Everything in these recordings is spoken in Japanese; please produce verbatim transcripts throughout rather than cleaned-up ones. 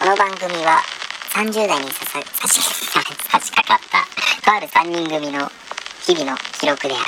この番組はさんじゅう代にささ差し差し掛かったとあるさんにん組の日々の記録である。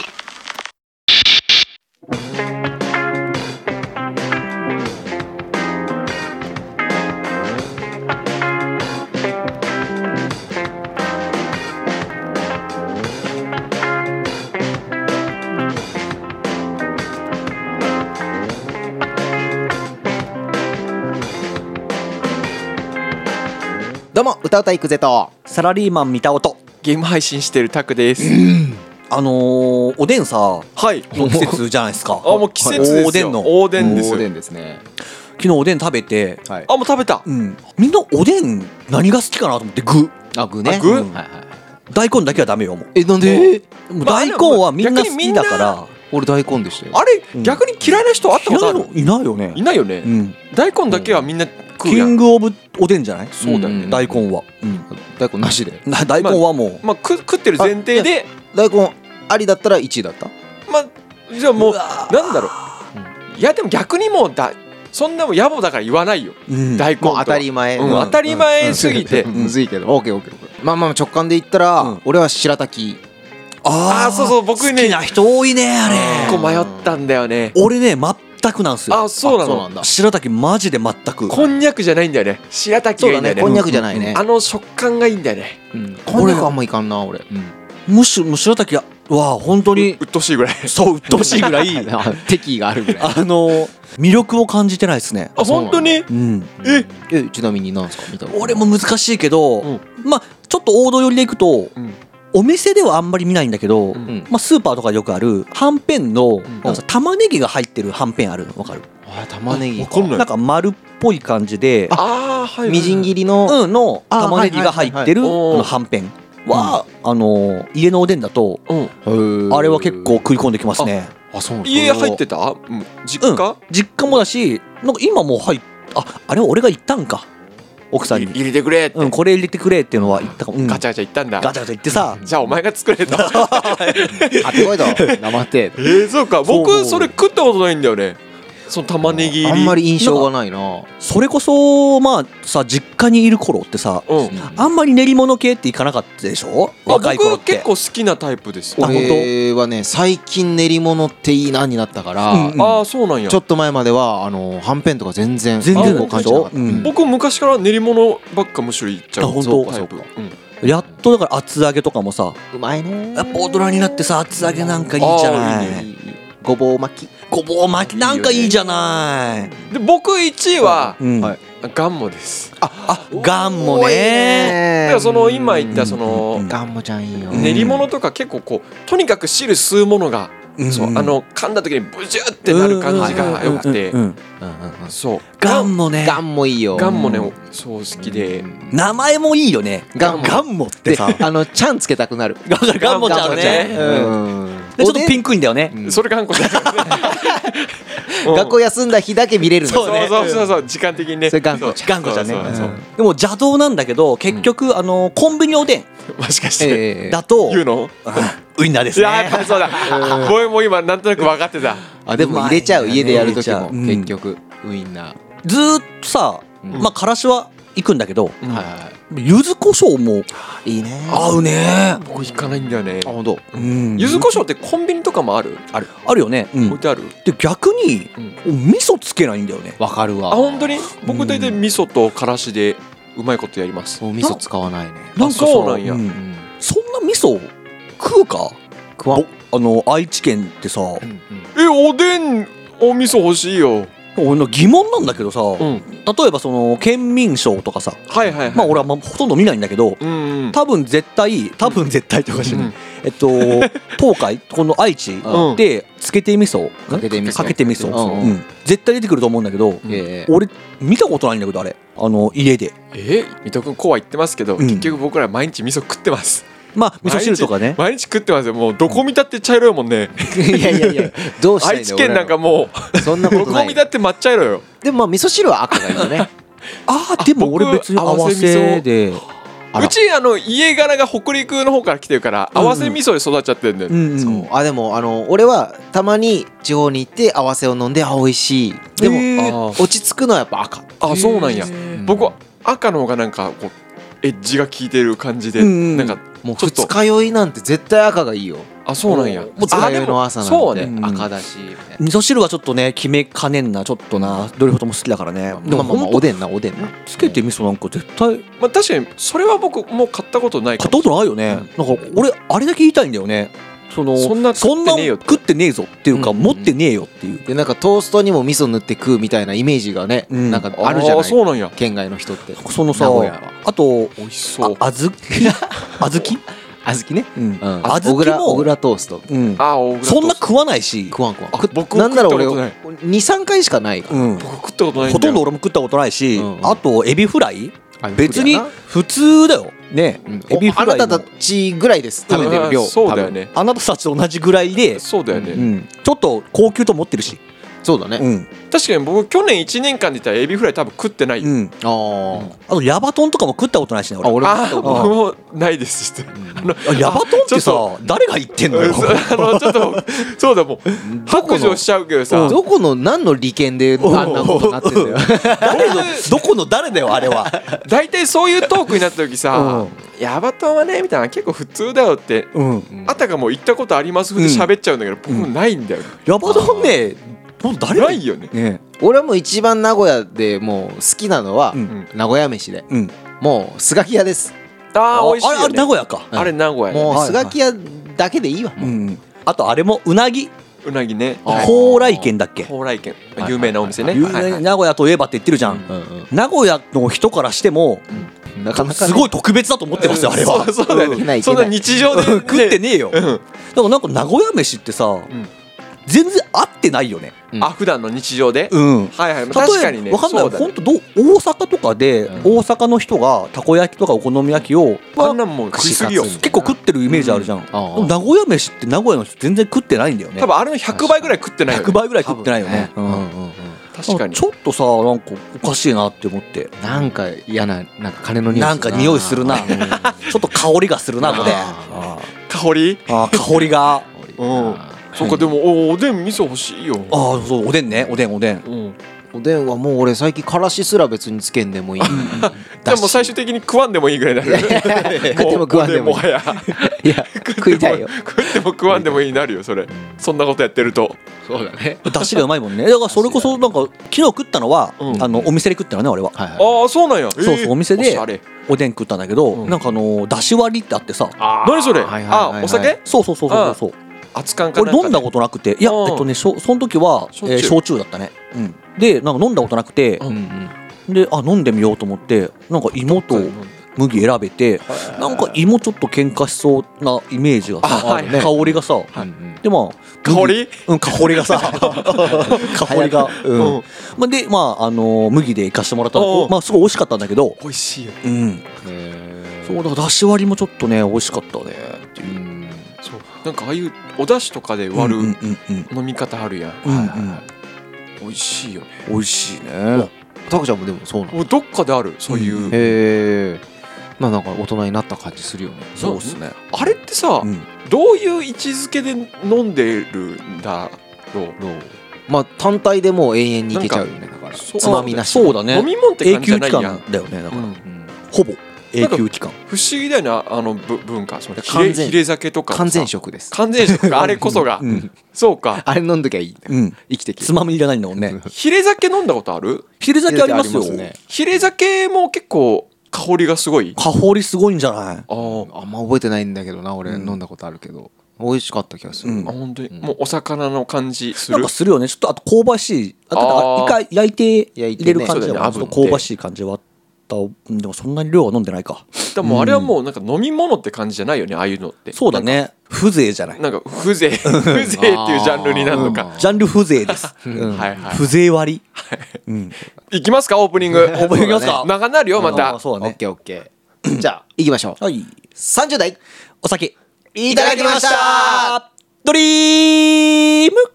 どうも歌うたいくぜとサラリーマン見た音。 ゲーム配信してるタクです。 あのー、おでんさはい。 の季節じゃないですか。 あ、もう季節ですよ。 おでんのおでんです。 おでんですね。 昨日おでん食べて、 はい。 あ、もう食べた。 うん、みんなおでん何が好きかなと思って具あ、具ね。 あ具うんはいはい。 大根だけはダメよ。もえ、なんで？ うもうまあ大根はみんな好きだから。 俺大根でしたよ。 あれ、 うん逆に嫌いな人会ったことある？ いないよね。 いないよね。 うん、 大根だけはみんな食うキやん。 ングオブおでんじゃない？ そうだよね。 うん大根は、うん大根なしで。 な大根はもう、 まあく食ってる前提で、 大根ありだったらいちいだった？ まあじゃあもううわーなんだろう。いやでも逆にもうだそんなもん野暮だから言わないよ。 うん大根とはもう当たり前。 うん当たり前すぎてうんむずいけど。オッケーオッケーオッケー。まあまあ直感で言ったうんら俺は白滝。 あーそうそう僕ね好きな人多いねあれ。 結構迷ったんだよね。 俺ね全くなんですよ。 あ、そうなの。 あそうなんだ。 白滝マジで全く。 こんにゃくじゃないんだよね。白滝そうだね。 がいいんだよね。 こんにゃくじゃないね。 あの食感がいいんだよね。 うんこんにゃくあんまいかんな俺。 むしろむしろ白滝は本当にうっとうしいぐらい。 そう鬱陶しいぐらいあ敵意があるぐらい。 あの魅力を感じてないですね。 あ、本当に？ うん、 ええちなみになんですか見たこと？ 俺も難しいけど、 うんまあちょっと王道寄りでいくと、 うんお店ではあんまり見ないんだけど、 うんうん。 まあ、スーパーとかでよくあるはんぺんの、 んなんかさ玉ねぎが入ってるはんぺんあるの分かる？ あ玉ねぎわかんないなんか丸っぽい感じで、 ああ、はい。 みじん切りの。 うんの玉ねぎが入ってるはいはいはいはいこのはんぺんは、あの家のおでんだとうん。 あれは結構食い込んできますね。 あそう。 家入ってた？うん実家？ 実家もだし、なんか今もう入っああれは俺が言ったんか奥さんに、 入れてくれってうん、これ入れてくれっていうのは言ったかも、うん、 ガチャガチャ言ったんだ。 ガチャガチャ言ってさ、 じゃあお前が作れと。 あってこいと生ってえー、そうか。 そう僕それ食ったことないんだよね。その玉ねぎ入り。 あんまり印象がないな。 それこそまあさ実家にいる頃ってさ、 うん。 あんまり練り物系っていかなかったでしょ、 あ、 若い頃って。 僕結構好きなタイプですよ。 あ本当俺はね最近練り物っていいなになったから、 うんうんああ、そうなんやちょ。っと前まではあのはんぺんとか全然全然合う感じなかった。 うん僕昔から練り物ばっかむしろいっちゃう。 あ本当そうタイプ。 そうかうん。 やっとだから厚揚げとかもさ、 うまいね。 やっぱ大人になってさ厚揚げなんかいいじゃないあーいいいいごぼう巻き。 ごぼう巻きなんかいいじゃない。 で僕いちいはうん、 はいガンモです。 あガンも多いね。 だからその今言ったそのうんガンモちゃんいいよ。 うん練り物とか結構こうとにかく汁吸うものが、 うんそうあの噛んだ時にブジュってなる感じが良くて、 うんうんうんうんうんうんそうガンもねガンもいいよ。 ガンもね、 うんそう好きで、 名前もいいよね。 ガンもガンモってでさあのちゃんつけたくなる。 ガンガンモちゃんね。 ガンモちゃんうんうんでちょっとピンクいんだよね。 うんそれ頑固だからね。うん学校休んだ日だけ見れるんですよ。 そうそうそうそう時間的にね。 それ頑固ちゃんガンコちゃんね。 そうそうそううんでも邪道なんだけど結局あのコンビニおでんもしかして、 ええだと言うの？ ウインナーですいややっぱね。 りそうだ。僕も今なんとなく分かってた。 あでも入れちゃう、 うまいね家でやる時も入れちゃう結局ウインナー。 ずーっとさ、 うんまあからしは行くんだけど、 うんはいは柚子胡椒もい。いいね。 合うね。 僕行かないんだよね。 あ本当。 うん柚子胡椒ってコンビニとかもある？ あるあるよね。うん置いてある？ で逆に味噌つけないんだよね。 わかるわ。 あ本当に？僕大体味噌とからしでうまいことやります。 もう味噌使わないね。 なんかさ、 そうなんやううんん。 そんな味噌食うか？ 食わん。 あの愛知県ってさ、 うんうんえおでんお味噌欲しいよ。 俺の疑問なんだけどさ、 うん。 例えばその県民賞とかさ、 はいはいはい。 まあ俺はまあほとんど見ないんだけど、 うんうん。 多分絶対多分絶対とかしない、 うんえっと東海この愛知うんでつけて味噌かけて味噌かけて味噌、 うんうん絶対出てくると思うんだけど、 ええ俺見たことないんだけどあれあの家でえ水戸君こうは言ってますけど、 うん結局僕ら毎日味噌食ってます。 まあ味噌汁とかね。 毎日食ってますよ。もうどこ見たって茶色いもんね。 いやいやいやどうしたいんだよ。 愛知県なんかも俺らそんなうどことない。 こ見たって抹茶色よ。 でもまあ味噌汁は赤がいいよね。 ああでも俺別に合わせであらうちあの家柄が北陸の方から来てるから合わせ味噌で育っちゃってるんだよ、 うんうんそうあでもあの俺はたまに地方に行って合わせを飲んであ美味しいでも、 へーあ落ち着くのはやっぱ赤、 あそうなんや、 うん僕は赤の方がなんかこうエッジが効いてる感じで、 うんなんかもうちょっと二日酔いなんて絶対赤がいいよ。 あそうなんや。 もう二日酔いの朝なんてそうね。 うん赤だしみたいな。 味噌汁はちょっとね決めかねんなちょっとなどれほども好きだからね。でまあまあまあもほんとおでんなおでんな。 つけて味噌なんか絶対まあ確かにそれは僕もう買ったことないかも。 買ったことないよね。なんか俺あれだけ言いたいんだよね。そのそんな食ってねえよそんな食ってねえぞっていうかうんうん持ってねえよっていう。 でなんかトーストにも味噌塗って食うみたいなイメージがね、 うんなんかあるじゃあーない。 そうなんや。 県外の人って。 そのさ名古屋はあと美味しそう。 あ小豆小豆小豆ね。 うんうん。 小小倉小豆も倉トースト。 うんあ大倉そんな食わないし食わん食わん。 あく僕なんなら食ったことない俺二三回しかないから。 うん僕食ったことないんだよ。 ほとんど俺も食ったことないしうんあとエビフライあ別に無理やな普通だよねうんエビフライもあなたたちぐらいです食べてる量。 うんそうだよね。 あなたたちと同じぐらいでそうだよね。 うんちょっと高級と思ってるし多分。そうだね。 うん確かに僕去年いちねんかんで言ったらエビフライ多分食ってないよ。 うんああとヤバトンとかも食ったことないしねあ。あ俺俺もあー僕もないですして。あのあヤバトンってさちょ誰が言ってんのよそうあのちょっとそうだもう白状しちゃうけどさ。 どこの何の利権であんなことになってんだよ。 誰のどこの誰だよあれは大体そういうトークになった時さ「ヤバトンはね」みたいな結構普通だよってうんあたかも言ったことありますふうで喋っちゃうんだけど僕もないんだよ。 ヤバトンねほんと誰がないよね。 ね俺はもう一番名古屋でもう好きなのはうん名古屋飯で、 うんもうスガキ屋です。 ああ美味しいあれあれ名よね。 古屋かうんあれ名古屋もね。 うスガキ屋だけでいいわ。もううんあとあれもうなぎうなぎね。 あー蓬莱軒だっけ蓬莱軒はい有名なお店ね。 有はいはい名名古屋といえばって言ってるじゃんうんうん名古屋の人からしてもなかなかねすごい特別だと思ってますよあれはそうそうだよいけないね。そんな日常でね食ってねえよだうんからなんか名古屋飯ってさ全然合ってないよねうんあ普段の日常で。 うんはいはい確かにね。 わかんないそうだね本当どう大阪とかでうん大阪の人がたこ焼きとかお好み焼きをあんなんもう食いすぎよ。 串カツ結構食ってるイメージあるじゃん、 ああ名古屋飯って名古屋の人全然食ってないんだよね多分あれのひゃくばいぐらい食ってないよね。 ひゃくばいぐらい食ってないよねうんうんうんうん確かに。 ちょっとさなんかおかしいなって思ってなんか嫌ななんか金の匂いなんか匂いするなうんちょっと香りがするなこれあ香り。 あー香りがうんそっかでもおおでん味噌欲しいよ。 ああそうおでんねおでんおでんうん。 おでんはもう俺最近からしすら別につけんでもいい。 じゃあもう最終的に食わんでもいいぐらいになる。 食っても食わんでもいいもはやいや食いたいよ。 食っても食わんでもいいになるよそれ。そんなことやってると。 そうだね。 出汁がうまいもんねだからそれこそなんか昨日食ったのはうんあのお店で食ったのね俺ははいはい。 ああそうなんや。 そうそうえーお店でおしゃれ。 おでん食ったんだけどうんなんかあの出汁割りってあってさ何それ。 はいはいはいはいあお酒？ そうそうそうそうそう熱燗かなんかで。 俺飲んだことなくていやうんえっとねしょその時は焼酎えー焼酎だったねうんでなんか飲んだことなくてうんうんうん。 であ飲んでみようと思ってなんか芋と麦選べてなんか芋ちょっと喧嘩しそうなイメージがさあはいはい香りがさうんうんでまあ香り？ うん香りがさ香りがううんんまあでまああの麦でいかしてもらったおうまあすごい美味しかったんだけど美味しいよ。 うんへーそうだからだし割りもちょっとね美味しかったねっていううんそうなんかああいうお出汁とかで割るうんうんうん飲み方あるやん。 うんうん美味しいよね。 美味しいねタコちゃんもでもそうなの。 もうどっかであるそういう。 へえ。まあなんか大人になった感じするよね。 そうっすねあれってさうんどういう位置づけで飲んでるんだろう。 どうまあ単体でもう永遠にいけちゃうよねだから。 そうつまみなし。 そうだね飲み物って永感じじゃ久期ないやん。 間だよねだからうんうん。 ほぼ永久期間不思議だよねあのぶ文化その完全ヒレヒレ酒とかもさ完全食です。 完全食かあれこそがうんそうかあれ飲んどきゃいいんだよ。 うん生きてきて。 つまみいらないんだもんねヒレ酒飲んだことある？ ヒレ酒ありますよね。 ヒレ酒も結構香りがすごい。 香りすごいんじゃないあーあんま覚えてないんだけどな俺うん飲んだことあるけど美味しかった気がする。 うんあ本当にうんもうお魚の感じするなんか。するよねちょっとあと香ばしいああーと一回焼いて焼いてね入れる感じだそうだよねちょっと香ばしい感じはあったうんでもそんなに量は飲んでないかでもあれはもうなんか飲み物って感じじゃないよねああいうのって。 そうだね風情じゃないなんか。なんか風情風情っていうジャンルになるのか。 ジャンル風情ですうんはいはい。 風情割りうんいきますかオープニング。オープニングいきますか長なるよまあーた。 そうだねオッケーオッケー。じゃあ行きましょう。 はいさんじゅう代お酒いただきましたドリーム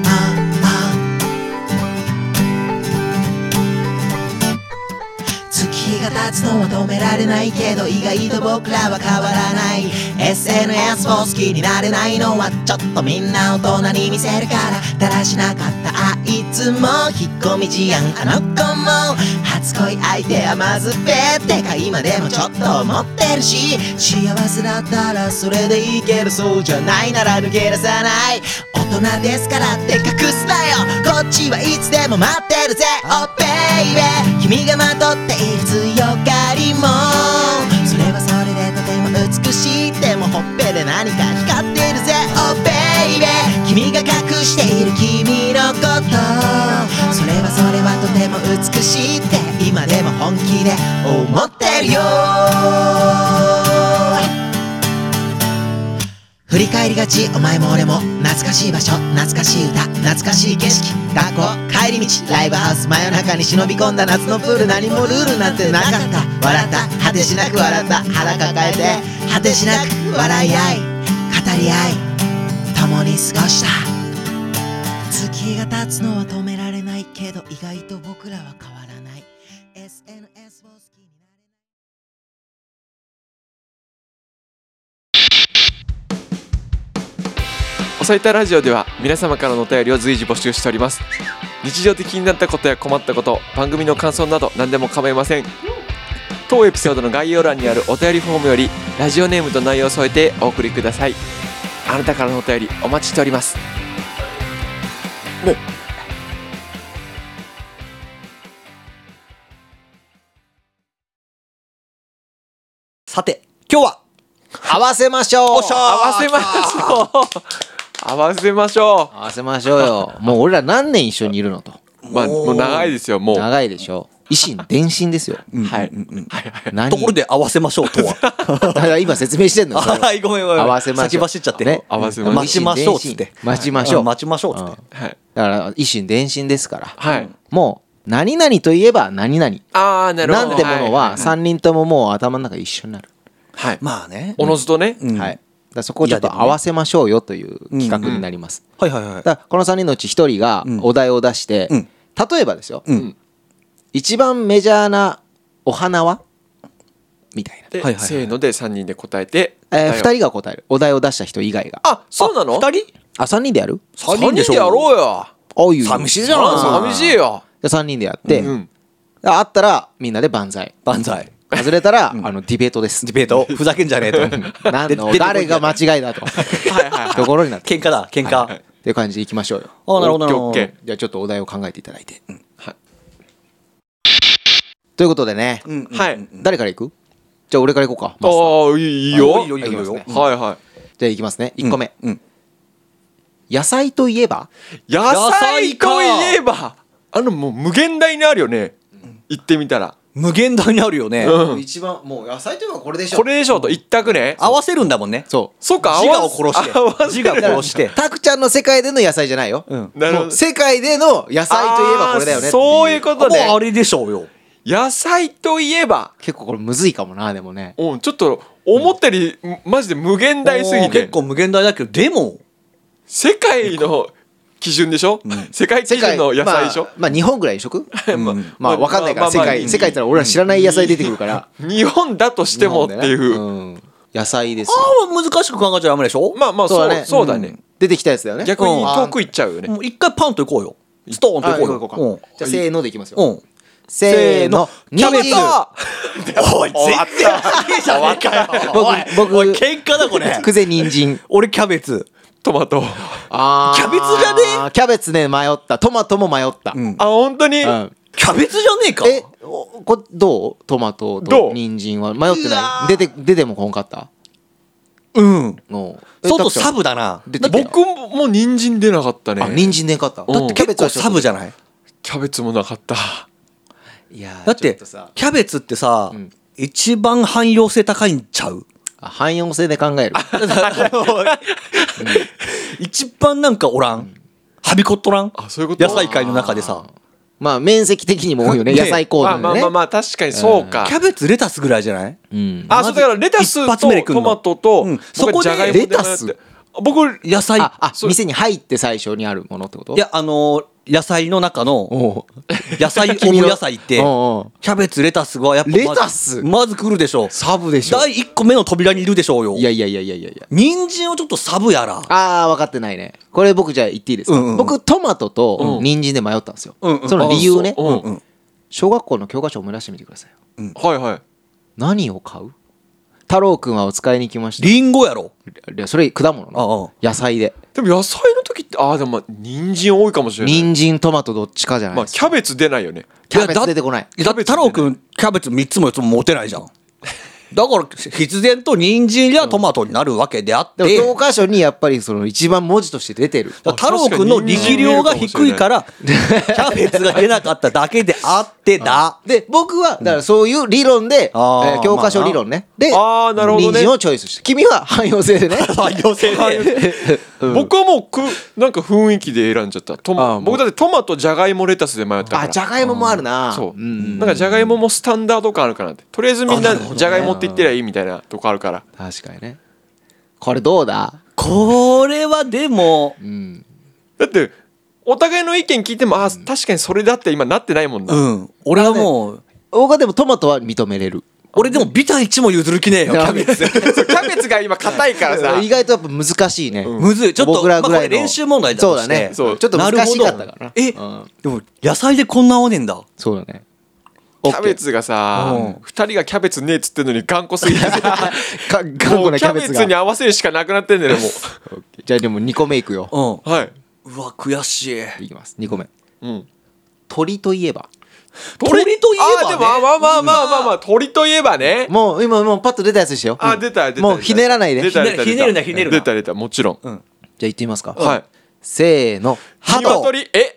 月が立つのは止められないけど意外と僕らは変わらない。 エスエヌエス を好きになれないのはちょっとみんな大人に見せるから。だらしなかったあいつも引っ込み思案あの子も初恋相手はまずべってか今でもちょっと思ってるし、幸せだったらそれでいいけどそうじゃないなら抜け出さない。大人ですからって隠すなよ、こっちはいつでも待ってるぜ Oh baby 君がまとっている強がりもそれはそれでとても美しい。でもほっぺで何か光ってるぜ Oh baby 君が隠している君のことそれはそれはとても美しいって今でも本気で思ってるよ。振り返りがちお前も俺も懐かしい場所懐かしい歌懐かしい景色学校帰り道ライブハウス真夜中に忍び込んだ夏のプール何もルールなんてなかった。笑った果てしなく笑った腹抱えて果てしなく笑い合い語り合い共に過ごした。月が経つのは止められないけど意外と僕らは変わらない。 エスエヌエス を好きになれおさいたラジオでは皆様からのお便りを随時募集しております。日常的になったことや困ったこと、番組の感想など何でも構いません。当エピソードの概要欄にあるお便りフォームよりラジオネームと内容を添えてお送りください。あなたからのお便りお待ちしております。 さて今日は合わせましょう。 おっしゃー合わせましょう合わせましょ合わせましょうよ。もう俺ら何年一緒にいるのと。 う。まあもう長いですよもう。 長いでしょ。維新伝心ですよ。 はい何ところで合わせましょうとはだから今説明してんのよそれはいごめんごめん合わせましょう先走っちゃってね合わせましょう待ちましょうっつって待ちましょう。 待ちましょうっつってうんはいだから維新伝心ですから。 はい。 もう何々といえば何々 ああなるほど。 なんてものはさんにんとももう頭の中一緒になる。 はい。 まあねおのずとね。 うんはい。だからそこをちょっと合わせましょうよという企画になります。 はいはいはいだからこのさんにんのうちひとりがうんお題を出してうん例えばですようん一番メジャーなお花はみたいな。 で、 はいはいはいせーのでさんにんで答えて。 えー、 答えをふたりが答える。お題を出した人以外が。 あそうなの？ ふたりあ、さんにんでやる？ さん三人でやろうよ。 あ、いいよ。 寂しいじゃんあ寂しいよ。 じゃあさんにんでやって、 うん。 あったらみんなで万歳。 万歳外れたら、あのディベートです。 ディベートふざけんじゃねえと何ので出てこい誰が間違いだとはいはいはい。 ところになって喧嘩だ喧嘩あっていう感じでいきましょうよ。 あなるほどなるほどオッケーオッケじゃあちょっとお題を考えていただいて。 はいということでね、 うんうんはい。 誰から行く？じゃあ俺から行こうか。マスターああいいいいよ。 いいよいいよいいよいきますねはいはい。 じゃあ行きますね。いっこめ。 うん野菜といえば？ 野菜といえばあのもう無限大にあるよね。言ってみたら。 無限大にあるよねうん。 一番もう野菜といえばこれでしょ。 これでしょうと一択ね。 合わせるんだもんねそそうか。 自我を殺して合わせ自我を殺してう。タクちゃんの世界での野菜じゃないよ。 うんなるほどもう。世界での野菜といえばこれだよねってあーそういうこともうあね。 れでしょうよ野菜といえば。 結構これむずいかもな。でもね。 うんちょっと思ったよりマジで無限大すぎて結。構無限大だけどでも世界の基準でしょ。世界基準の野菜でしょ。 まあ、まあ日本ぐらいにしとくまあまあわかんないから、 まあまあまあ世界世界って言ったら俺ら知らない野菜出てくるから、 日本だとしてもっていう。 日本でねん野菜ですよ。 ああ難しく考えちゃダメでしょまあまあそうだそうだね。 出てきたやつだよね。 逆にうん遠く行っちゃうよね。 もう一回パンと行こうよストーンとあ行こうよ行こう行こうかじゃあせーのでいきますよ。 うんうんせーの。 キャベツ人参おい全然あげじゃねえかよ僕おい僕おい喧嘩だこれくぜ人参。 俺キャベツトマト。 あーキャベツじゃねキャベツね迷った。トマトも迷った。 うんあ本当に。 うんキャベツじゃねえかえ、おこどう？トマトどとう人参は迷ってうわーない？出て出てもこんかった？ うんの外サブだな出てきたよ僕も人参出なかったね。 あ、人参ねんかった。 うんだってキャベツは結構サブじゃないキャベツもなかった。 いやーだってちょとさキャベツってさうん一番汎用性高いんちゃうあ汎用性で考える。 一番なんかおらんはびこっとらんあそういうこと。 野菜界の中でさまあ面積的にも多いよね。 ね野菜コーまあドでね。 まあまあまあ確かにそうか。 キャベツレタスぐらいじゃないうん。 あそうだからレタス一発目で来んのとトマトとうんそこで僕ジャガイモで迷ってレタス僕野菜ああそう店に入って最初にあるものってこと？ いやあのー野菜の中のおう野菜オ君のブ野菜っておうおうキャベツレタスはやっぱまずレタスまず来るでしょ。 サブでしょ。 第一個目の扉にいるでしょうよ。 いやいやいやいやいやいや。 人参をちょっとサブやら。 ああ分かってないね。これ僕じゃあ言っていいですか、 うんうん僕トマトとうん人参で迷ったんですよ、 うんうんその理由ね、 あそううんうん小学校の教科書を思い出してみてくださいよ。 はいはい何を買う？太郎くんはお使いに来ました。 リンゴやろ。 いやそれ果物ああの野菜ででも野菜の時ってああでもまあ人参多いかもしれない人参トマトどっちかじゃないまあですか、 キャベツ出ないよねキャベツ出てこない。 だって太郎くんキャベツみっつもよっつも持てないじゃん。だから必然と人参やトマトになるわけであって、 でも教科書にやっぱりその一番文字として出てる。 だから太郎くんの力量が低いからキャベツが出なかっただけであってだ。 で僕はだからそういう理論で、 あーえー教科書理論ね、であーなるほどね人参をチョイスして、君は汎用性でね汎用性で僕はもうくなんか雰囲気で選んじゃったトあーもうマ僕だってトマトじゃがいもレタスで迷ったからあじゃがいももあるな。 そう、 んなんかじゃがいももスタンダード感あるかなってとりあえずみんなじゃがいもって言ってりゃいいみたいなとこあるから確かにね。これどうだ？ これはでもうん。 だってお互いの意見聞いてもあー確かにそれだって今なってないもんな、 うん俺はもう僕はでもトマトは認めれる。 俺でもビタ一も譲る気ねえよキャベツ。 そうキャベツが今硬いからさ意外とやっぱ難しいね。 むずいちょっと僕らぐらいのまあこれ練習問題だとしてそうだね。 そうちょっと難しかったからな。 えうんでも野菜でこんな合わねえんだ。 そうだね。 キャベツがさうん二人がキャベツねえっつってんのに頑固すぎてさか頑固もうなキャベツにキャベツが。 合わせるしかなくなってんだよもじゃあでもにこめいくよ。 うんうはいうわ悔しい。 いきますにこめ。 うん鳥といえば。 鳥といえばねあーでもまあまあまあまあまあまあ鳥といえばねもう今もうパッと出たやつでしたよ。 あ出た出たもうひねらないで。 出た出たひねるなひねるな出た出たもちろんじゃあ言ってみますか。 はいせーの。鳩。 鶏え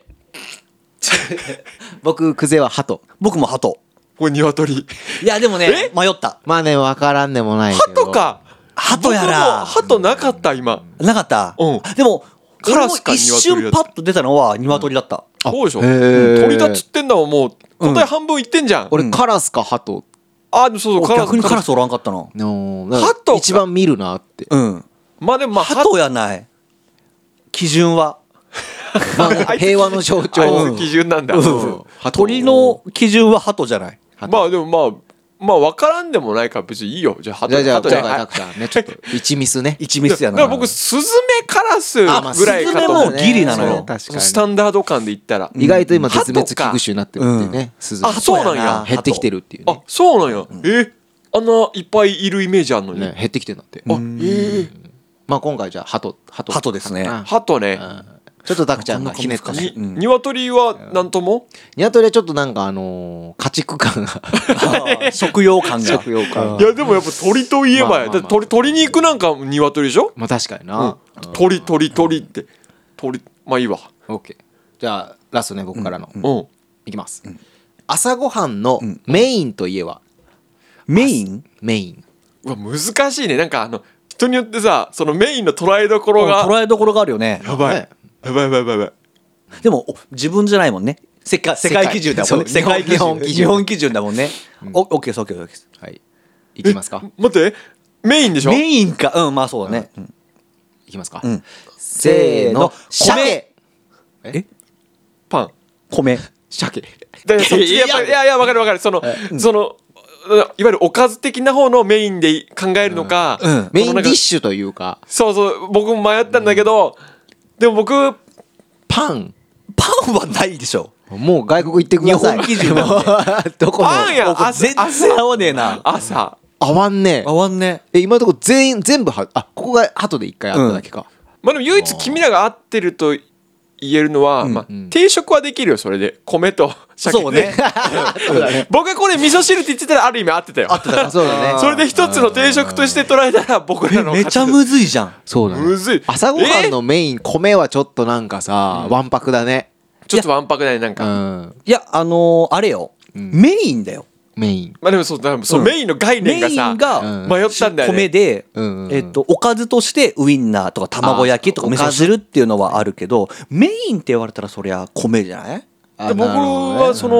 僕クゼは鳩。 僕も鳩。 これ鶏いやでもね迷った。 まあね分からんでもないけど。 鳩か鳩や僕もら。 鳩なかった今なかった。 うんでもカラスか俺も一瞬パッと出たのは鶏だった。 そうでしょへー鳥だっつってんだもんもう答え半分いってんじゃん俺カラスか鳩あでもそうそうカラス逆にカラスおらんかったな。 の鳩か一番見るなって。 うん。 まあでもまあ鳩やない。基準は。 まあ平和の象徴。 あいつ基準なんだうん鳥の基準は鳩じゃない。 まあでもまあまあ分からんでもないから別にいいよじゃあ鳩じゃあじゃあ鳩ね今回タクちゃんねちょっと一ミスね。 一ミスやな。 だから僕スズメカラスぐあまあらいかとスズメもギリなのよそう確かにスタンダード感で言ったら意外と今絶滅危鳩か惧種になってるっていうね。スズメあそうなんや減ってきてるっていうあね。 そうなんやえあんないっぱいいるイメージあんのにね減ってきてるんだって。 あええまあ今回じゃあ鳩鳩鳩ですねうん鳩ねちょっとタクちゃんがひねったにね。 うん鶏はなんとも鶏はちょっとなんかあのー家畜感が食用感が。 食用感いやでもやっぱ鳥といえばまあまあまあやだって鳥鶏肉なんか鶏でしょまあ確かにうんな。 鳥鳥鳥って鳥まあいいわオッケー。じゃあラストね僕からのうんいきます。朝ごはんのメインといえばメイン？ メイン。 うわ難しいねなんかあの人によってさそのメインの捉えどころが捉えどころがあるよね。 やばいねやばいやばいやばいやばいでもお自分じゃないもんね。世界世界基準だもんね。 そう世界基準日本基準日本基準だもんね。おオッケーですオッケーですオッケーです。 はい。いきますか。 待ってメインでしょメインかうんまあそうだね。うんいきますか。 うんせーの。鮭。 えパン米。 鮭。 でそっちやっぱりいやいやわかるわかるそのそのいわゆるおかず的な方のメインで考えるのかうんメインディッュシュというかそうそう僕も迷ったんだけどでも僕パン。 パンはないでしょ。 もう外国行ってください。 日本基準なんでどこもパンや僕朝全然合わねえな。 朝合わんねえ。 合わんね。 え今のところ全員全部はあここが鳩で一回あっただけか。 まあでも唯一君らが合ってると言えるのは、まあうん定食はできるよそれで米と鮭でそうね。 そうだね。 僕がこれ味噌汁って言ってたらある意味合ってたよあそうだね。 それで一つの定食として捉えたら僕らのめちゃむずいじゃん。 そうだね。 むずい朝ごはんのメイン米はちょっとなんかさわんぱくだね。 ちょっとわんぱくないなんうか、 ん。 いやあのーあれよ。 んメインだよ。 メイン。 まあでもそうだそう、 うんメインの概メイ念がさンがうん迷ったんだよね米で、 うんうんえっとおかずとしてウインナーとか卵焼きとかあ味噌汁っていうのはあるけどメインって言われたらそりゃ米じゃない？ あで僕なるほどねはその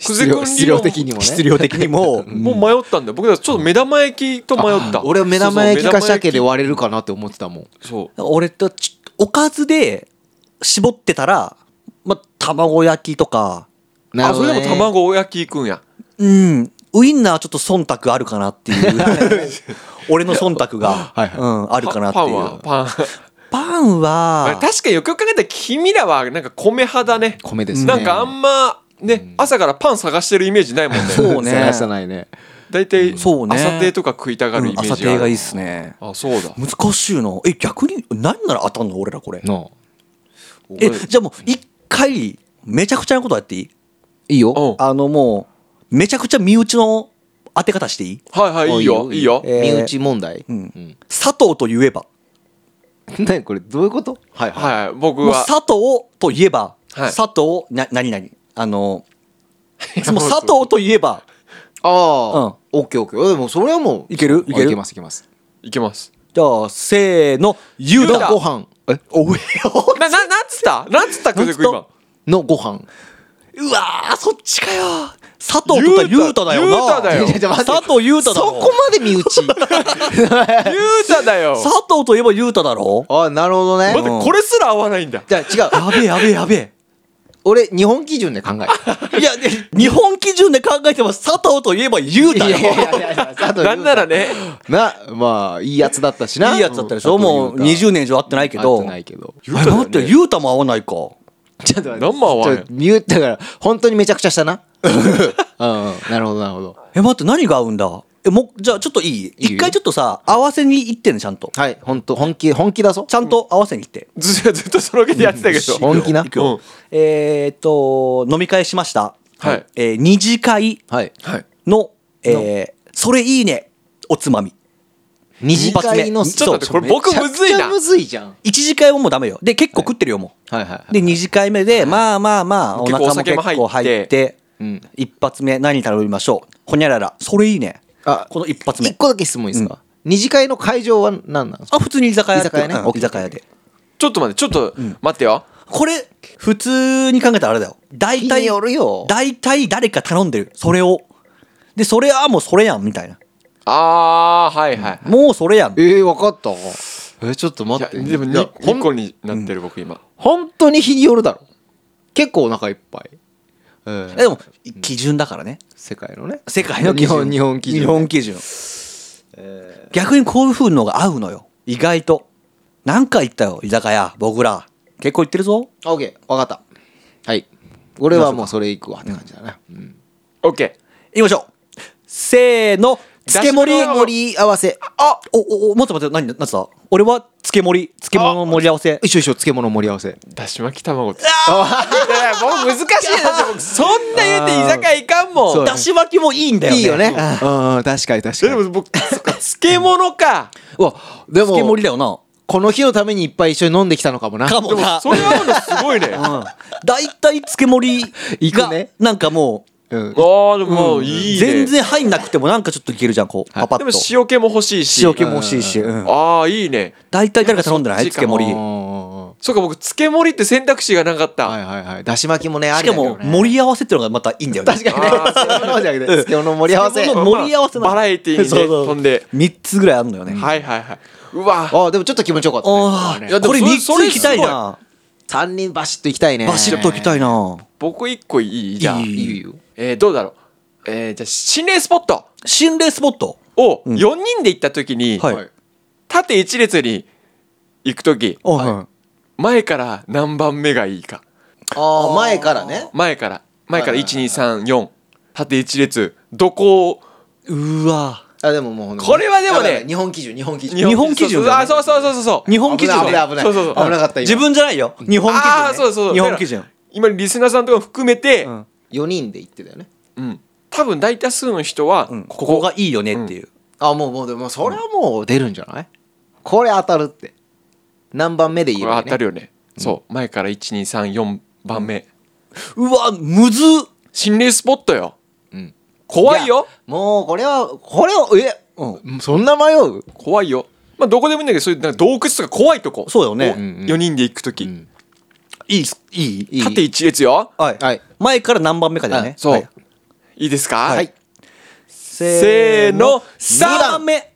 質量質量的にもね質量的にももう迷ったんだよ僕だちょっと目玉焼きと迷った俺は目玉焼きか鮭では割れるかなって思ってたもん。 そう俺とちおかずで絞ってたら、まあ、卵焼きとか、 あそれでも卵焼きいくんやうんウインナーはちょっと忖度あるかなっていう俺の忖度がはいはいうん、あるかなっていう。 パンはパンパンは確かによくよく考えたら君らはなんか米派だね米ですね。 なんかあんまね朝からパン探してるイメージないもんねそうね探さないね。 大体そうね朝亭とか食いたがるイメージがある、 うん朝亭がいいっすね。 あそうだ難しいな。え逆に何なら当たんの俺らこれ。 のえじゃあもう一回めちゃくちゃなことやっていい？ いいよ。 うんあのもうめちゃくちゃ身内の当て方していい？ はいはいいいよいいよえー身内問題。 うんうん。 佐藤と言えば何これどういうこと？はいはい。 はい僕はもう佐藤と言えば、 はい佐藤な何々あのもう佐藤と言えばああ。オッケーオッケー。でもそれはもういけるいけるいけますいけます。 いけますじゃあせーのゆうのだご飯。えおえなななんつったなんつったくずく今のご飯。 うわーそっちかよ佐藤とかゆうただよなゆうただよいやいや待って佐藤ゆうただろそこまで身内。 ゆうただよ佐藤といえばゆうただろあなるほどね。 待ってこれすら合わないんだじゃあ違う。 やべえやべえやべえ俺日本基準で考えいやで日本基準で考えても佐藤といえばゆうる。 たよいやいやいやいや佐藤なんならねなまあいいやつだったしな。 いいやつだったでしょ、もうにじゅうねん以上会ってないけ会っどてないけど。 え待ってゆうたも合わないかちょっと待って何も合わへんちょっとミューだから本当にめちゃくちゃしたな。うんうんなるほどなるほど。 え待って何が合うんだえもじゃあちょっといいいいよ一回ちょっとさ合わせに行ってねちゃんとはい本当本気本気だぞ。 ちゃんと合わせに行ってずずっとその気でやってたけど本気な。 うんえーっと飲み会しましたはいえー二次会はい。 はいのえーそれいいねおつまみ二次会のちょっと待ってこれ僕むずいなめちゃくちゃむずいじゃん。 一次会はもうダメよで結構食ってるよもはいはいはうで二次会目でまあまあまあお結構腹も結構お酒も入っ入っててうん。 一発目何頼みましょうほにゃららそれいいねあこの一発目一個だけ質問いいですか。二次会の会場は何なんですか。 あ普通に居酒屋居酒屋ねうん居酒屋でちょっと待ってちょっと待ってよこれ普通に考えたらあれだよ大体日によるよ。 大体誰か頼んでるそれをでそれはもうそれやんみたいなあーはいはいもうそれやんえー、分かった。えちょっといや待って。 でもにいやほんにこになってる僕今本当に日によるだろ。結構お腹いっぱい。えーでも基準だからね世界のね。 世界の基準日本日本基準ね日本基準逆にこういう風のが合うのよ意外と何回行ったよ居酒屋僕ら結構行ってるぞオッケー分かった。はい。俺はもうそれ行くわって感じだね。うん。 オッケ行きましょうせーの漬物だし盛り合わせ。 あおおお待って待って何何つった俺は漬盛り漬物の盛り合わせ一緒一緒漬物盛り合わせ。 ーだし巻き卵っていやいやもう難しいなって僕そんな言うて居酒屋行かんもそうんだし巻きもいいんだよねいいよね。 うんうん確かに確かに。 えでも僕そっか漬物かうわで漬盛もりだよなこの日のためにいっぱい一緒に飲んできたのかもな。 でもかもなそれ合うのすごいねあ大体漬盛りが行くねなんかもうん。 ーでももうういいね全然入んなくてもなんかちょっといけるじゃんこうパパッとでも塩気も欲しいし塩気も欲しいしうんああいいね大体誰か頼んでないそっちか漬盛りうんそうか僕漬物って選択肢がなかった、 はいはいはい。だし巻きもねあしかもりだけどね。 盛り合わせっていうのがまたいいんだよね確かにね。 あー漬物じゃなくて漬物盛り合わせ。 漬物盛り合わせなのバラエティーにねそうそう飛んでみっつぐらいあるのよねはいはいはいうわあでもちょっと気持ちよかったね。 あねいやでもあこれそれみっつ行きたいな三人バシッと行きたいね。 バシッと行きたいな僕一個いいじゃあいいいいよ。 えー、どうだろうえー、じゃあ心霊スポット心霊スポットをうんよにんで行った時に、 はい縦一列に行く時あはい前から何番目がいいかああ前からね。 前から前からはいはいはいいちにさんよん縦一列どこをうわあでももうこれはでもねやばいやばい日本基準日本基準。 日本基準だねあそうそうそうそうそう日本基準危ない危ないそうそうそう危なかった今。 自分じゃないよ日本基準ねあーそうそうそう日本基準今リスナーさんとかも含めて、 うんよにんで行ってたよね。 うん多分大多数の人は、 うんここがいいよねっていうあもうもうでもそれはもう出るんじゃない？これ当たるって。何番目で言えこればいいね。 当たるよね、そう前からいちにさんよんばん目、 うわむずっ心霊スポットようん。 怖いよもうこれはこれをえうんそんな迷う？ 怖いよまあどこでもいいんだけどそういうなんか洞窟とか怖いとこそうだよねうんうんよにんで行く時、 うんいいっすいいいい縦一列よはいはい。 前から何番目かだよねそう、 はいいいですか？ はいせーのさんばんめ。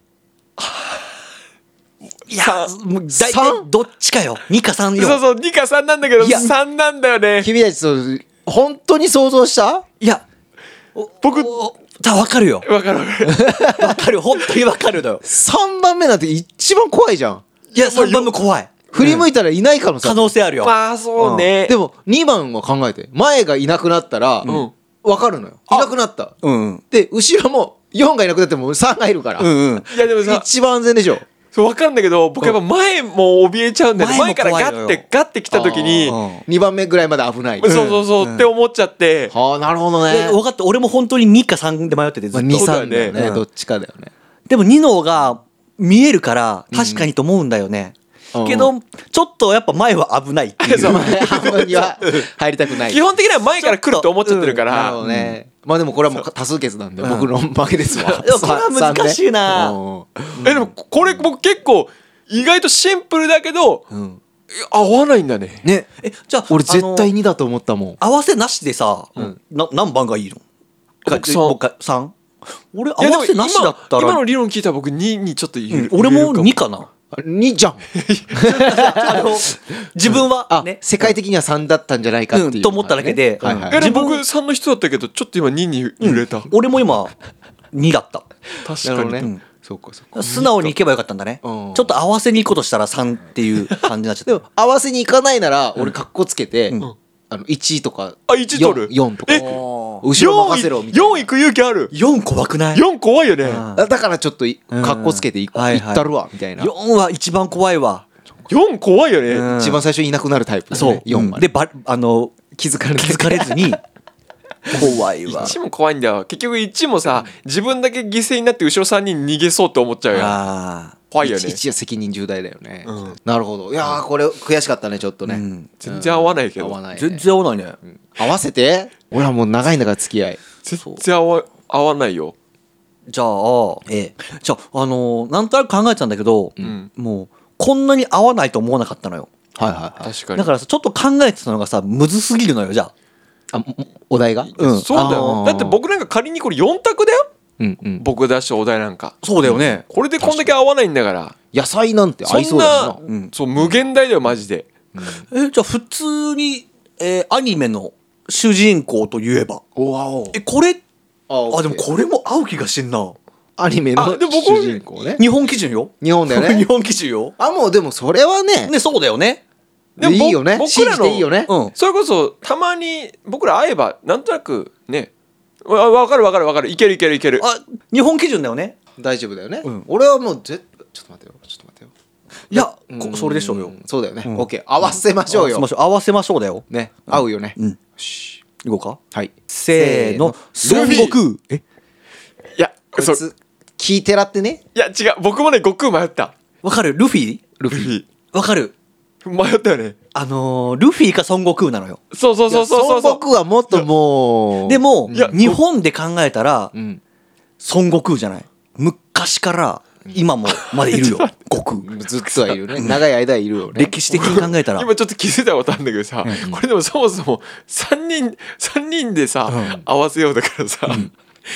いやさもう大体どっちかよ。にかさんよ。 そうそうにかさんなんだけどいやさんなんだよね。 君たちそう本当に想像した？ いや僕おだわかるよ。 わかるわかる。 わかる本当にわかるのよ。 さんばんめなんて一番怖いじゃん。 いやさんばんめ怖い。 振り向いたらいない可能性あ可る。 能性あるよ。 まあそうね。 でもにばんは考えて、前がいなくなったらんわかるのよ。いなくなった。 うんで後ろもよんがいなくなってもさんがいるから、 うんうん。 いやでもさ一番安全でしょ。 そう分かるんだけど僕やっぱ前も怯えちゃうんだよね。 前も前から怖いのよガッてガッて来た時にうんにばんめぐらいまで危ない。 そうそうそうって思っちゃってはあなるほどね。 で分かった俺も本当ににかさんで迷っててずまあ、 っと。 に、さんだよね、 うんどっちかだよね。 でもにの方が見えるから確かにと思うんだよね。 うんけどちょっとやっぱ前は危ないっていう。 そう半分には入りたくない。 基本的には前から来ると思っちゃってるかなるらほどね。まあでもこれはもう多数決なんで、 うん僕の負けですわ。 でもこれは難しいなさんねえでもこれ僕結構意外とシンプルだけどうんうん合わないんだね。 ね、 えじゃあ俺絶対あのにだと思ったもん。 合わせなしでさ、 んな何番がいいの？ 僕さん僕がさん？俺合いやでもわせなしだったら今今の理論聞いたら僕ににちょっと言う、 うん俺もにかな。 にじゃん。 あの自分はあ、 ね世界的にはさんだったんじゃないかっていう、 うんと思っただけではいはいえでも自分僕さんの人だったけどちょっと今にに揺れた、 俺も今にだった。 確かに、 なるほどね、 うんそうかそうか。 素直にいけばよかったんだね。ちうんょっと合わせに行こうとしたらさんっていう感じになっちゃった。 でも合わせに行かないなら俺カッコつけて、 んあのいちとかあいち取るよんとかえ後ろ任せろみたいな。 よん行く勇気ある。 よん怖くない？ よん怖いよね。 うんだだからちょっというんカッコつけてい、 はいはいいったるわみたいな。 よんは一番怖いわ。 よん怖いよね。 うん一番最初にいなくなるタイプだそうね。よんはね。 でばあの気づかれない気づかれずに怖いわ。 いちも怖いんだよ。結局いちもさ自分だけ犠牲になって後ろさんにん逃げそうって思っちゃうよ。 あ怖いよね。 一は責任重大だよね、 うんなるほど。いやーこれ悔しかったねちょっとね、 ーうん全然合わないけど。 合わない、ね、 全然合わないね。 うん合わせて俺はもう長いんだから付き合い。 全然合わ合わないよ。 じゃあええじゃああのーなんとなく考えてたんだけどうん。 もうこんなに合わないと思わなかったのよ。 はいはいはい。 確かに。 だからさちょっと考えてたのがさむずすぎるのよじゃあ。 あもお題がうんそうだあよ。 ーだって僕なんか仮にこれよん択だよ。 うんうん。 僕出したお題なんか。 そうだよね。 これでこんだけ合わないんだから。 野菜なんて合そんいそうだよなな。 うんそう無限大だよマジで。 えじゃあ普通に、えーアニメの主人公といえばおわお。 えこれああでもこれも合う気がしてんな。 アニメのあでも僕主人公ね。 日本基準よ。 日本だよ日ね。 本基準よ。 あもうでもそれはね。 ねそうだよね。 でもいいよね。信僕らのじていいよね。 うん。 それこそたまに僕ら会えばなんとなくねわ分かる分かる分かるいけるいけるいける。 あ日本基準だよね。 大丈夫だよね。 うん俺はもうぜちょっと待ってよ。ちょっと待ってよ。 いやうんこそれでしょうよ。 そうだよね。 うんオッケー合わせましょうよ合わせま。しょう合わせましょうだよ。 ね合うよね。 うん。行こうか。 はい。 せーの。 せーの孫悟空。えいやそうこいつ聞いてらってね。 いや違う僕もね悟空迷った。 わかるルフィルフィ。 ルフィわかる。 迷ったよね。 あのールフィか孫悟空なのよ。 そうそうそうそうそうそう。 孫悟空はもっともう。 でもいや日本で考えたらうん。 孫悟空じゃない。昔から今もまでいるよ悟空。 ずっとはいるね。長い間はいるよね。 歴史的に考えたら。 今ちょっと気づいたことあるんだけどさ、これでもそもそもさんにんさんにんでさ、 うん合わせようだからさ、あの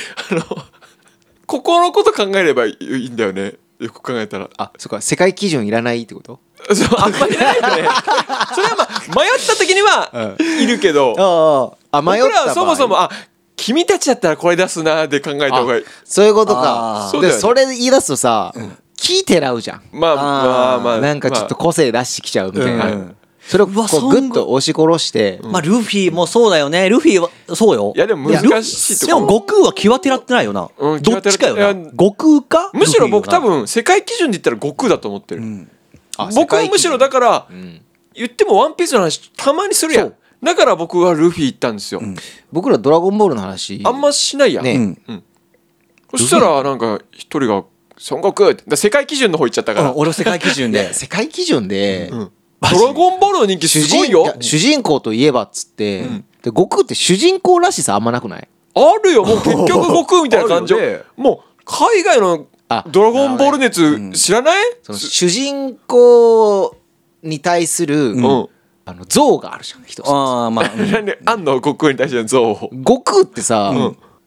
ここのこと考えればいいんだよね。よく考えたら。 あ、そっか。世界基準いらないってこと？ そうあんまりないよね。それはまあ迷った時にはいるけど、 ああ、迷った場合僕らはそもそもあ君たちだったらこれ出すなで考えた方がいい。 そういうことか。 あーで、 そうだよねそれ言い出すとさ、聞いてらうじゃん。 まあまあまあなんかちょっと個性出してきちゃうみたいな。 うんそれをこうわそうんグッと押し殺して、 まあルフィもそうだよね。ルフィはそうよ。 いやでも難しいとでこも悟空は際照らってないよな。 うんどっちかよな。 際照らっていや悟空か。 むしろ僕多ルフィよ分世界基準で言ったら悟空だと思ってる。 んあ僕はむしろだからうん言ってもワンピースの話たまにするやんそう。 だから僕はルフィ行ったんですよ。 ん僕らドラゴンボールの話。 あんましないやん。 ねうんうんそしたらなんか一人が孫悟空ってだから世界基準の方行っちゃったから。 うん俺は世界基準で。 世界基準で、 うんドラゴンボールの人気主すごいよ人いや。主人公といえばっつって、 んで悟空って主人公らしさあんまなくない？ あるよもう結局悟空みたいな感じあるよねもう海外のあドラゴンボール熱ん知らない？ その主人公に対する、 うん。 あの像があるじゃん一つ。 ああまあ。うんなんであんの悟空に対しての像を。 悟空ってさ、 うん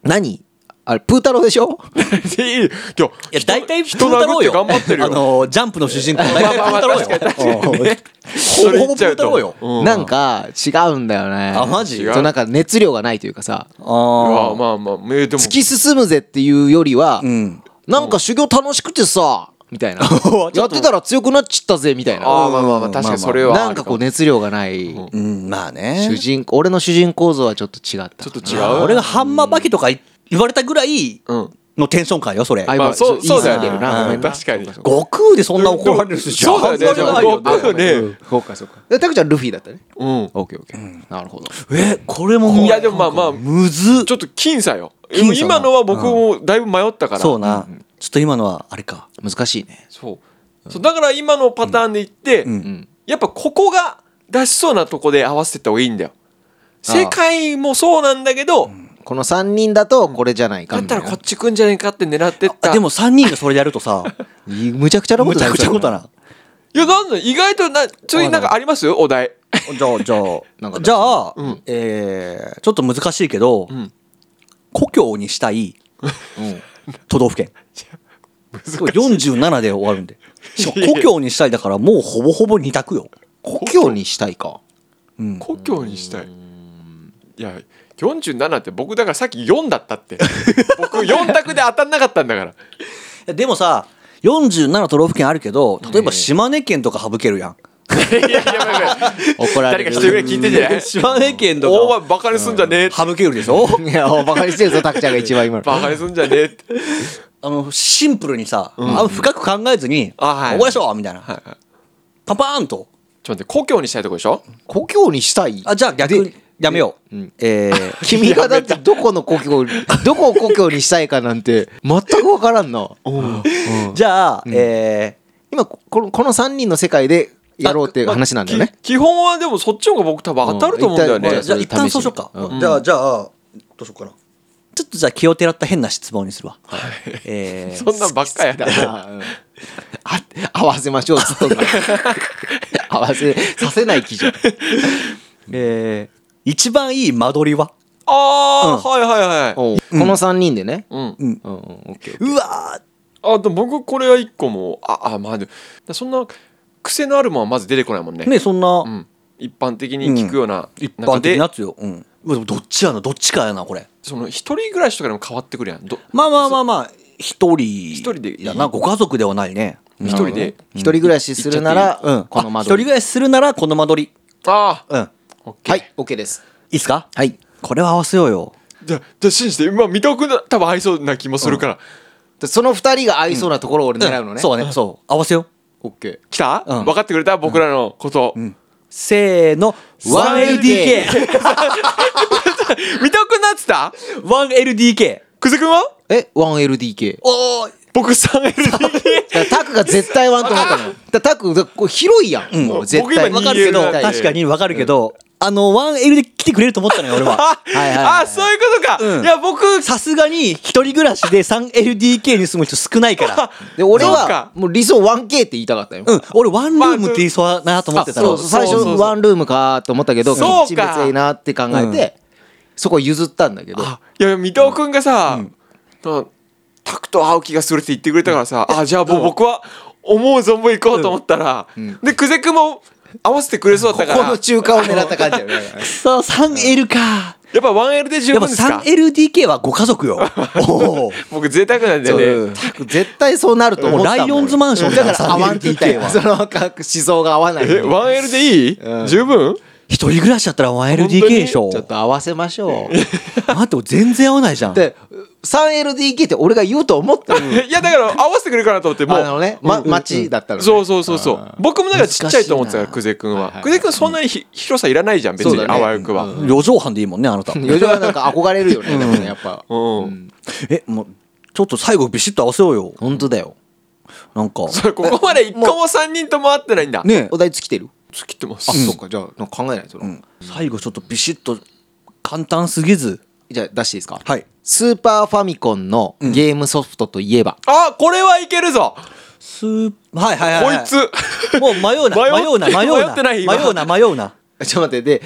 何あれプータローでしょいいいやいや大体人プータローよ人殴って頑張ってるよあのジャンプの主人公大体プータローよまあまあ確かに確かにねほぼほぼプータローようんなんか違うんだよねあマジ違うそうなんか熱量がないというかさまああまあまあえーでも突き進むぜっていうよりは、 うんなんか修行楽しくてさみたいなちょっとやってたら強くなっちったぜみたいなあーまあまあまあ確かにそれはなんかこう熱量がないうんまあね主人公俺の主人公像はちょっと違ったちょっと違う俺がハンマーバキとか言われたぐらいうんのテンション感よそれあまあそう今そうだよね言い過ぎてるなごめんな確かに悟空でそんな怒られる人じゃそうだよねあんまりないよ悟空ねそうかそうかでタクちゃんルフィだったねうんオッケーオッケーなるほどえこれもいやでもまあまあむずっちょっと僅差よ僅差な今のは僕もだいぶ迷ったからそうなちょっと今のはあれか難しいねそうそうだから今のパターンでいって、 うんうんやっぱここが出しそうなとこで合わせてった方がいいんだよああ世界もそうなんだけど、 このさんにんだとこれじゃないかだったみたいならこっち来んじゃねえかって狙ってったあでもさんにんがそれでやるとさいむちゃくちゃなこむちゃとになるくちゃことだないやなんだ意外となちょいなんかありますお題じゃあじゃなんかあじゃあうんえーちょっと難しいけどん故郷にしたいうん都道府県よんじゅうななで終わるんでしかも故郷にしたいだからもうほぼほぼに択よ故郷にしたいかうん故郷にしたいいやよんじゅうななって僕だからさっきよんだったって僕よん択で当たんなかったんだからでもさよんじゅうなな都道府県あるけど例えば島根県とか省けるやんいやいややばいやばい怒られる誰か一人ぐらい聞いてんじゃない島根県とかお前バカにすんじゃねえ省けるでしょいやバカにしてるぞタクちゃんが一番今のバカにすんじゃねえってあのシンプルにさ、あんま深く考えずに「 あはいここでしょ!」みたいな、 はいはいパンパーンとちょっと待って故郷にしたいとこでしょ故郷にしたいあじゃあ逆にやめよう、 うんえー、 君がだってどこの故郷どこを故郷にしたいかなんて全く分からんな、うんじゃあ、え今このこのさんにんの世界でやろうっていう話なんだよねき基本はでもそっちの方が僕多分当たると思うんだようんねー、じゃあ一旦そうしようか、 うんじゃあじゃあどうしようかなちょっとじゃあ気をてらった変な質問にするわ、えー、 そんなんばっかやねあうんあ合わせましょうずっと合わせさせない基準えー、一番いい間取りはああ、はいはいはいおうこのさんにんでねうんうんうんうんオッケーうわあでも僕これは一個もああまあでもそんな癖のあるものはまず出てこないもんねーねそんな、 うん、一般的に聞くような一中で般的なやつよ、うん、うわでもどっちやなどっちかやなこれその一人暮らしとかでも変わってくるやんどまあまあまあまあ一人一人でいいやなご家族ではないね一人で一人暮らしするならうんこのあ間取り一人暮らしするならこの間取りああうんいオッケーはいオッケーですいっすかはいこれは合わせようよじゃあじゃあ信じてまあ水戸君だ多分合いそうな気もするから、 でその二人が合いそうなところを俺狙うのねそうねそう合わせようオッケー来た、 うん分かってくれた僕らのこと、 せーの ワンエルディーケー水戸君なんつったワンエルディーケー久世君はえ ワンエルディーケーおー僕 スリーエルディーケーだからタクが絶対ワンと思ったのよだからタクだこれ広いやん、もう絶対僕今わかるけどにエル確かにわかるけどあの ワンエル で来てくれると思ったのよ俺はあ、 はいはいはいあそういうことか、 うんいや僕さすがに一人暮らしで スリーエルディーケー に住む人少ないからで俺そうかはもう理想 ワンケー って言いたかったよ、 うん俺ワンルームって言いそうだなと思ってたのそうそう最初そうそうそうワンルームかと思ったけどキそうかッチン別いいなって考えて、そこ譲ったんだけどあいや水戸君がさ、うんタクと合う気がするって言ってくれたからさ、あじゃあもう僕は思う存分行こうと思ったら、で久世君も合わせてくれそうだったからここの中華を狙った感じだよねさあ スリーエル かやっぱ ワンエル で十やっぱ分ですかスリーエルディーケー はご家族よおー僕贅沢なんだよねタク絶対そうなると思ったもんライオンズマンションだから合わんって言ったよスリーエルディーケー はそのか思想が合わないえ ワンエル でいい、 うん十分一人暮らしだったら ワンエルディーケー でしょちょっと合わせましょう待って全然合わないじゃんで スリーエルディーケー って俺が言うと思ったのいやだから合わせてくれるかなと思ってもうあのね、ま、町だったのねそうそうそうそうあー僕もなんかちっちゃいと思ってたから難しいな久世君ははいはい久世君そんなにひ広さいらないじゃん別にそうだねあわよくは、 うん四畳半でいいもんねあなた余剰はなんか憧れるよね、でもねやっぱうんえもうちょっと最後ビシッと合わせようよ本当だよなんかそれここまで一個もさんにんとも合ってないんだねお題尽きてる尽きてますあ、そっかじゃあなんか考えないと、 うん最後ちょっとビシッと簡単すぎずじゃあ出していいですかはいスーパーファミコンのゲームソフトといえば、 あこれはいけるぞスーはいはいはい、はい、 こいつもう迷うな迷っ迷うな迷うな迷ってない今迷うな迷うなちょっと待ってで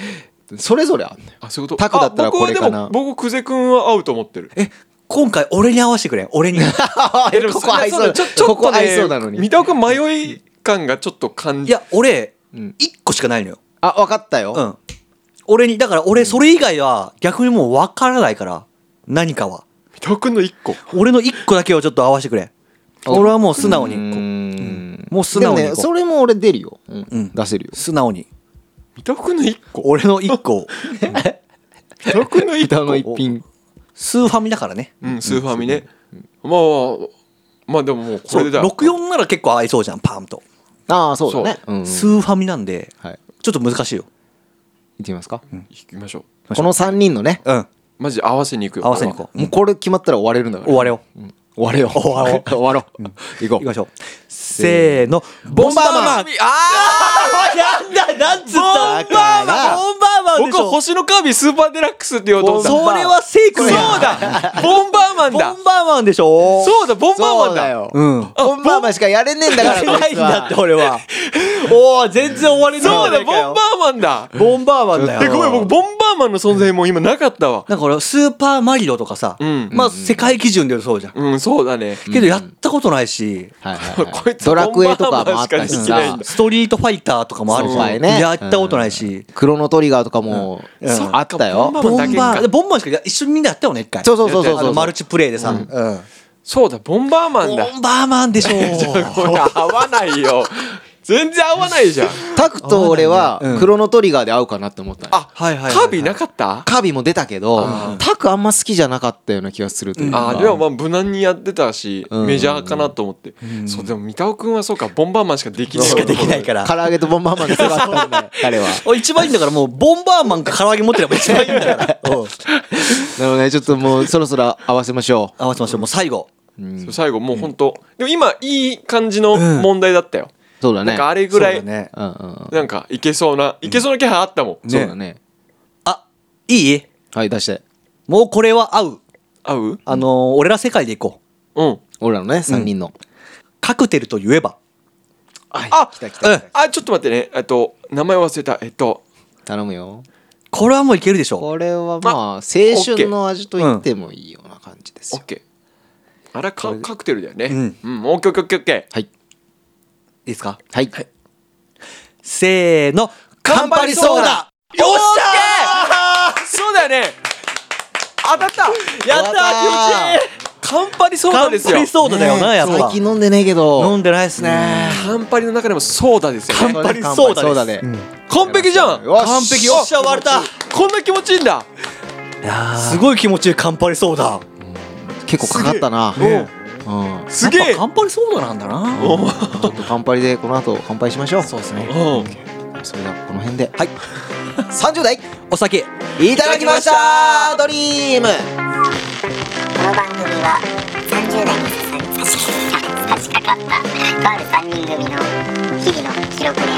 それぞれあんのよ。 あそういうこと。 タクだったらこれかなあ僕はでも僕久世君は合うと思ってる。 え今回俺に合わせてくれ俺に。いえでもここ合いそうちょちょっここと合いねそうなのに。 三田君迷い感がちょっと感じ。 や俺うんいっこしかないのよ。 あ、分かったよ。 うん。俺にだから俺それ以外は逆にもう分からないから何かは。 三田君の一個。 俺のいっこだけをちょっと合わせてくれ。俺はもう素直にうーこう。 んもう素直にでもね、 行こうそれも俺出るよ。うんうん出せるよ。 素直に。 三田君の一個。 俺のいっこを。 三田君の一個。 板の一品。 スーファミだからね。 うんスーファミね。まあまあでももうこそうれでだ。 ろくよんなら結構合いそうじゃんパンと。 ああ、そうだね。うんスーファミなんではい。 ちょっと難しいよ。 行ってみますか。 行きましょう。 このさんにんのね。 うん。 マジ合わせに行くよ。 合わせに行こう。 もうこれ決まったら終われるんだから。 終われよう。 うん終われよ。終わろう。終わろう。行こう。 行きましょう。せーの。ボンバーマン。 ああなんだなんつった。 ボンバーマンボンバーマンでし僕ょ。 星のカービィスーパーデラックスって言おうと思った。 それはセイクそうだボンバーマンボだンバーマンでしょ。 そうだボンバーマンだそうだよ。 うん。 ボンバーマンしかやれねえんだから、 やれないんだってこい俺は。おお全然終われないそうだボンバーーマンだボンバーマンだよ。 えごめん僕ボンバーマンの存在もう今なかったわ。 なんか俺スーパーマリオとかさ、 うんまあ世界基準でそうじゃん。 うんそうだね。 けどやったことないし、 つは。はいはいはいこいつドラクエとかもあったしさボンバーマンしかできないんだ。 ストリートファイターとかもあるじゃん。 そうねやったことないし。 クロノトリガーとかもうんそうあったよ。 ボンボンバーマンだけかバー、ボンバーマンしか一緒にみんなやったよね一回。 そうそうそうそうあのマルチプレイでさ。うん。 そうだボンバーマンだ。 ボンバーマンでしょ。 これ合わないよ。全然合わないじゃん。 タクと俺はうんクロノトリガーで合うかなって思ったの。 あはいはいはいはいカービィなかった？ カービィも出たけど、タクあんま好きじゃなかったような気がするというか。 あーでもまあ無難にやってたしうんメジャーかなと思って。そうでも三田尾君はそうかボンバーマンしかできない。 しかできないから。 唐揚げとボンバーマンがすごかったんだよ、彼は。 お一番いいんだからもうボンバーマンか唐揚げ持ってれば一番いいんだから。うんなので、ちょっともうそろそろ合わせましょ合わせましょう。もう最後。 う。うんそう最後もう本当でも今いい感じの問題だったよ。 そうだね。 なんかあれぐらいそうだね。 うんうんうん。 なんかいけそうないけそうな気配あったもん。 そうだね。 あいい？ はい、出して。 もうこれは合う。 合う？ あのー俺ら世界で行こう。 うん。 俺らのね、さんにんの。 カクテルと言えば。 あ来た来た来た。 あちょっと待ってねえっと名前忘れたえっと頼むよ。 これはもういけるでしょ。 これはまあ、青春の味と言ってもいいような感じですよ。 オッケー。あれカカクテルだよね。 うんうんオッケーオッケーオッケーオッケー。 はい。 いいですか？ はい。 せーの。カンパリソーダ。 よっしゃーそうだよね。当たった。 やったー気持ちいい。 カンパリソーカンダですよ。 パリソーダだよな、やっぱ。 最近飲んでねえけど。 飲んでないっすね。 カンパリの中でもソーダですよね。 カンパリソーダですソーダで。 完璧じゃん。 よし完璧よっしゃ割れた。 こんな気持ちいいんだ。 すごい気持ちいいカンパリソーダ。 結構かかったな。 ねうん。 すげえやっぱカンパリソーダなんだな。 ちょっと乾杯でこの後乾杯しましょう。そうですね。 うん。 それではこの辺で。はい。さんじゅう代お酒。 いただきましたドリーム。 この番組はさんじゅう代に差し差し掛かったとあるさんにん組の日々の記録で